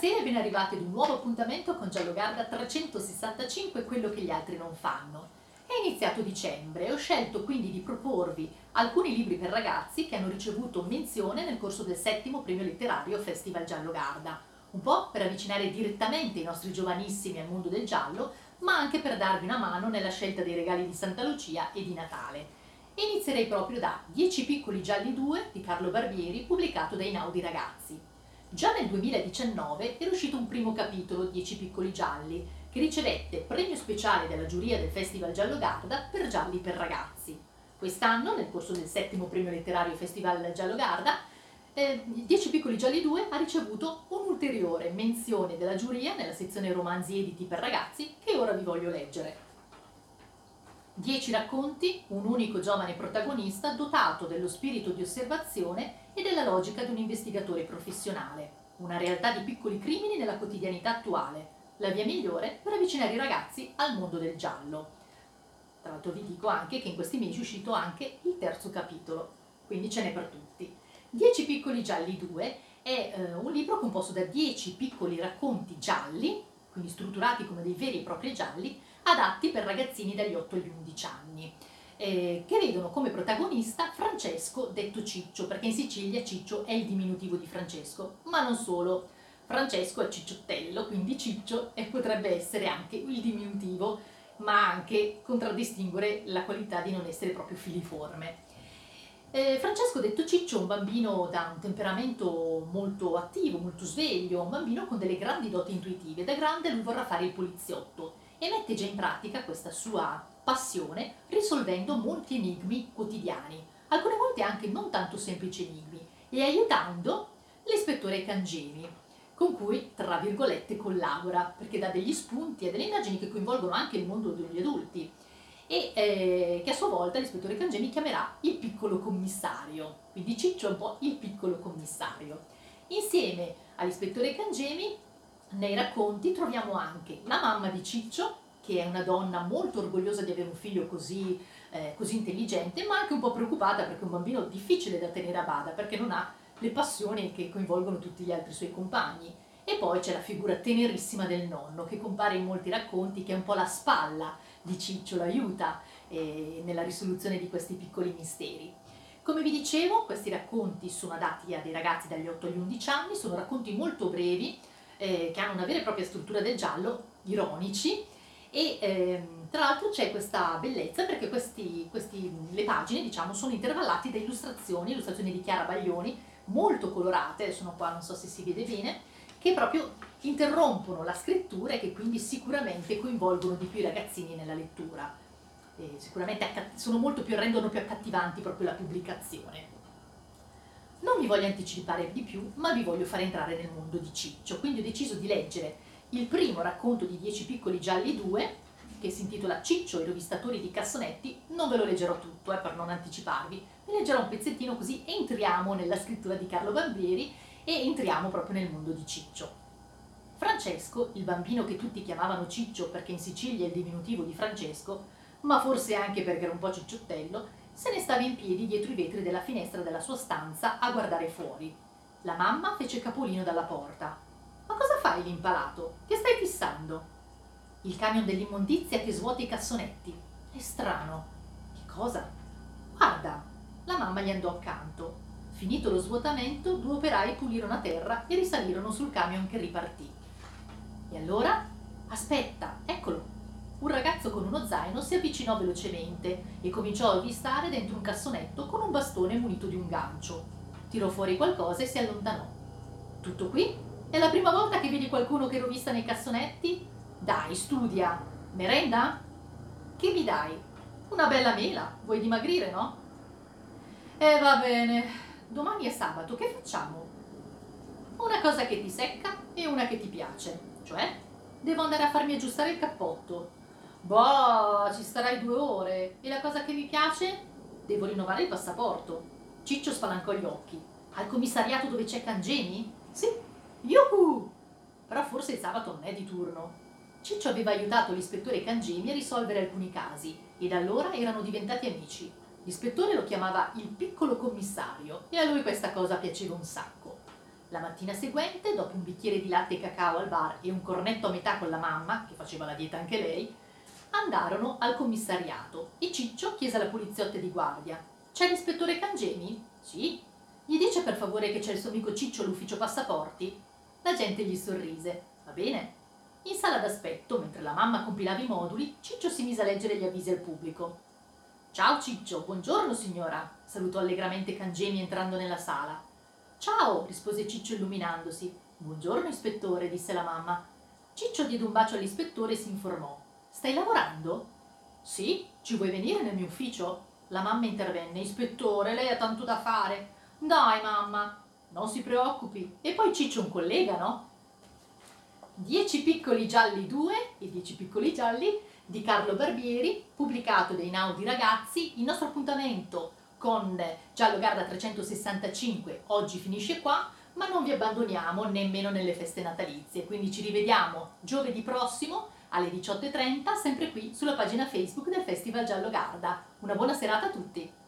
Buonasera e ben arrivati ad un nuovo appuntamento con Giallogarda 365, quello che gli altri non fanno. È iniziato dicembre e ho scelto quindi di proporvi alcuni libri per ragazzi che hanno ricevuto menzione nel corso del 7° premio letterario Festival Giallogarda, un po' per avvicinare direttamente i nostri giovanissimi al mondo del giallo, ma anche per darvi una mano nella scelta dei regali di Santa Lucia e di Natale. E inizierei proprio da 10 piccoli gialli 2 di Carlo Barbieri, pubblicato da Einaudi Ragazzi. Già nel 2019 era uscito un primo capitolo, 10 piccoli gialli, che ricevette premio speciale dalla giuria del Festival Giallogarda per gialli per ragazzi. Quest'anno, nel corso del 7° premio letterario Festival Giallogarda, 10 piccoli gialli 2 ha ricevuto un'ulteriore menzione della giuria nella sezione romanzi editi per ragazzi che ora vi voglio leggere. 10 racconti, un unico giovane protagonista dotato dello spirito di osservazione e della logica di un investigatore professionale. Una realtà di piccoli crimini nella quotidianità attuale. La via migliore per avvicinare i ragazzi al mondo del giallo. Tra l'altro vi dico anche che in questi mesi è uscito anche il 3° capitolo, quindi ce n'è per tutti. 10 piccoli gialli 2 è un libro composto da 10 piccoli racconti gialli, quindi strutturati come dei veri e propri gialli, adatti per ragazzini dagli 8 agli 11 anni, che vedono come protagonista Francesco detto Ciccio, perché in Sicilia Ciccio è il diminutivo di Francesco, ma non solo. Francesco è cicciottello, quindi Ciccio potrebbe essere anche il diminutivo, ma anche contraddistinguere la qualità di non essere proprio filiforme. Francesco detto Ciccio è un bambino da un temperamento molto attivo, molto sveglio, un bambino con delle grandi doti intuitive. Da grande lui vorrà fare il poliziotto e mette già in pratica questa sua passione risolvendo molti enigmi quotidiani, alcune volte anche non tanto semplici enigmi, e aiutando l'ispettore Cangemi, con cui, tra virgolette, collabora, perché dà degli spunti e delle indagini che coinvolgono anche il mondo degli adulti e che a sua volta l'ispettore Cangemi chiamerà il piccolo commissario, quindi Ciccio è un po' il piccolo commissario. Insieme all'ispettore Cangemi nei racconti troviamo anche la mamma di Ciccio, che è una donna molto orgogliosa di avere un figlio così intelligente, ma anche un po' preoccupata perché è un bambino difficile da tenere a bada, perché non ha le passioni che coinvolgono tutti gli altri suoi compagni. E poi c'è la figura tenerissima del nonno, che compare in molti racconti, che è un po' la spalla di Ciccio, l'aiuta nella risoluzione di questi piccoli misteri. Come vi dicevo, questi racconti sono adatti a dei ragazzi dagli 8 agli 11 anni, sono racconti molto brevi, che hanno una vera e propria struttura del giallo, ironici, e tra l'altro c'è questa bellezza perché le pagine, diciamo, sono intervallate da illustrazioni di Chiara Baglioni, molto colorate, sono qua, non so se si vede bene, che proprio interrompono la scrittura e che quindi sicuramente coinvolgono di più i ragazzini nella lettura. E sicuramente rendono più accattivanti proprio la pubblicazione. Non vi voglio anticipare di più, ma vi voglio fare entrare nel mondo di Ciccio, quindi ho deciso di leggere il primo racconto di 10 piccoli gialli 2, che si intitola Ciccio e i rovistatori di cassonetti. Non ve lo leggerò tutto per non anticiparvi, vi leggerò un pezzettino così entriamo nella scrittura di Carlo Barbieri e entriamo proprio nel mondo di Ciccio. Francesco, il bambino che tutti chiamavano Ciccio perché in Sicilia è il diminutivo di Francesco, ma forse anche perché era un po' cicciottello, se ne stava in piedi dietro i vetri della finestra della sua stanza a guardare fuori. La mamma fece capolino dalla porta. «Ma cosa fai lì impalato? Che stai fissando?» «Il camion dell'immondizia che svuota i cassonetti. È strano.» «Che cosa?» «Guarda!» La mamma gli andò accanto. Finito lo svuotamento, 2 operai pulirono a terra e risalirono sul camion che ripartì. «E allora?» «Aspetta, eccolo!» Un ragazzo con uno zaino si avvicinò velocemente e cominciò a avvistare dentro un cassonetto con un bastone munito di un gancio. Tirò fuori qualcosa e si allontanò. «Tutto qui? È la prima volta che vedi qualcuno che rovista nei cassonetti? Dai, studia! Merenda?» «Che mi dai?» «Una bella mela. Vuoi dimagrire, no?» Va bene. Domani è sabato, che facciamo?» «Una cosa che ti secca e una che ti piace. Cioè?» «Devo andare a farmi aggiustare il cappotto.» «Boh, ci starai 2 ore. E la cosa che mi piace?» «Devo rinnovare il passaporto.» Ciccio spalancò gli occhi. «Al commissariato dove c'è Cangemi?» «Sì.» «Yuhu!» «Però forse il sabato non è di turno.» Ciccio aveva aiutato l'ispettore Cangemi a risolvere alcuni casi e da allora erano diventati amici. L'ispettore lo chiamava il piccolo commissario e a lui questa cosa piaceva un sacco. La mattina seguente, dopo un bicchiere di latte e cacao al bar e un cornetto a metà con la mamma, che faceva la dieta anche lei, andarono al commissariato e Ciccio chiese alla poliziotta di guardia: «C'è l'ispettore Cangemi?» «Sì». «Gli dice per favore che c'è il suo amico Ciccio all'ufficio passaporti?» L'agente gli sorrise. «Va bene». In sala d'aspetto, mentre la mamma compilava i moduli, Ciccio si mise a leggere gli avvisi al pubblico. «Ciao Ciccio, buongiorno signora», salutò allegramente Cangemi entrando nella sala. «Ciao», rispose Ciccio illuminandosi. «Buongiorno ispettore», disse la mamma. Ciccio diede un bacio all'ispettore e si informò. «Stai lavorando?» «Sì, ci vuoi venire nel mio ufficio?» La mamma intervenne. «Ispettore, lei ha tanto da fare». «Dai mamma». «Non si preoccupi. E poi Ciccio è un collega, no?» 10 piccoli gialli 2 e 10 piccoli gialli di Carlo Barbieri, pubblicato dai Naudi Ragazzi. Il nostro appuntamento con Giallo Garda 365 oggi finisce qua, ma non vi abbandoniamo nemmeno nelle feste natalizie, quindi ci rivediamo giovedì prossimo alle 18:30, sempre qui sulla pagina Facebook del Festival Giallo Garda. Una buona serata a tutti!